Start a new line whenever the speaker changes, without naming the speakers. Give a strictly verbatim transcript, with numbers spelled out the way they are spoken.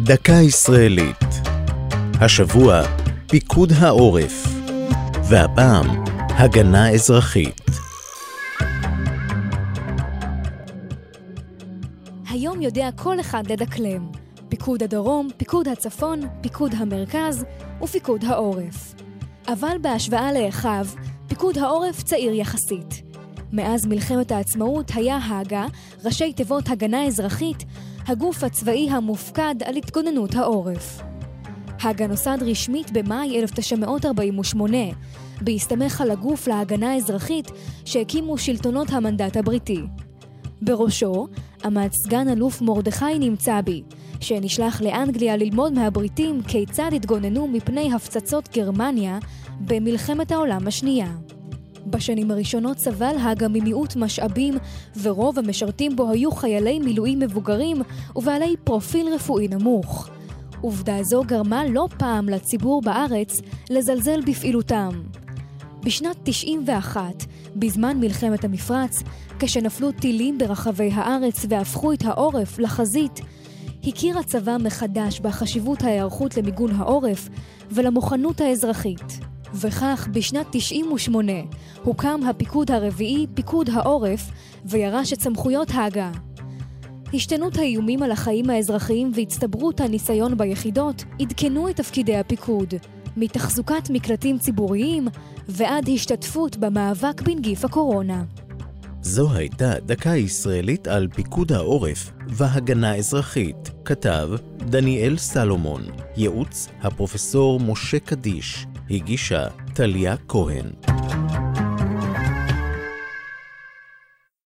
דקה ישראלית. השבוע פיקוד העורף, והפעם הגנה אזרחית.
היום יודע כל אחד לדקלם. פיקוד הדרום, פיקוד הצפון, פיקוד המרכז ופיקוד העורף. אבל בהשוואה לאחיו, פיקוד העורף צעיר יחסית. מאז מלחמת העצמאות היה הג"א, ראשי תיבות הגנה אזרחית, הגוף הצבאי המופקד על התגוננות העורף. הג"א נוסד רשמית במאי אלף תשע מאות ארבעים ושמונה, בהסתמך על הגוף להגנה האזרחית שהקימו שלטונות המנדט הבריטי. בראשו עמד סגן אלוף מרדכי נמצאבי, שנשלח לאנגליה ללמוד מהבריטים כיצד התגוננו מפני הפצצות גרמניה במלחמת העולם השנייה. בשנים הראשונות סבל הג"א ממיעוט משאבים, ורוב המשרתים בו היו חיילי מילואים מבוגרים ובעלי פרופיל רפואי נמוך. עובדה זו גרמה לא פעם לציבור בארץ לזלזל בפעילותם. בשנת תשעים ואחת, בזמן מלחמת המפרץ, כשנפלו טילים ברחבי הארץ והפכו את העורף לחזית, הכיר הצבא מחדש בחשיבות ההיערכות למיגון העורף ולמוכנות האזרחית. וכך בשנת תשעים ושמונה הוקם הפיקוד הרביעי, פיקוד העורף, וירש את סמכויות הג"א. השתנות האיומים על החיים האזרחיים והצטברות הניסיון ביחידות עדכנו את תפקידי הפיקוד, מתחזוקת מקלטים ציבוריים ועד השתתפות במאבק בנגיף הקורונה.
זו הייתה דקה ישראלית על פיקוד העורף והגנה אזרחית. כתב דניאל סלומון, ייעוץ הפרופסור משה קדיש, הגישה טליה כהן.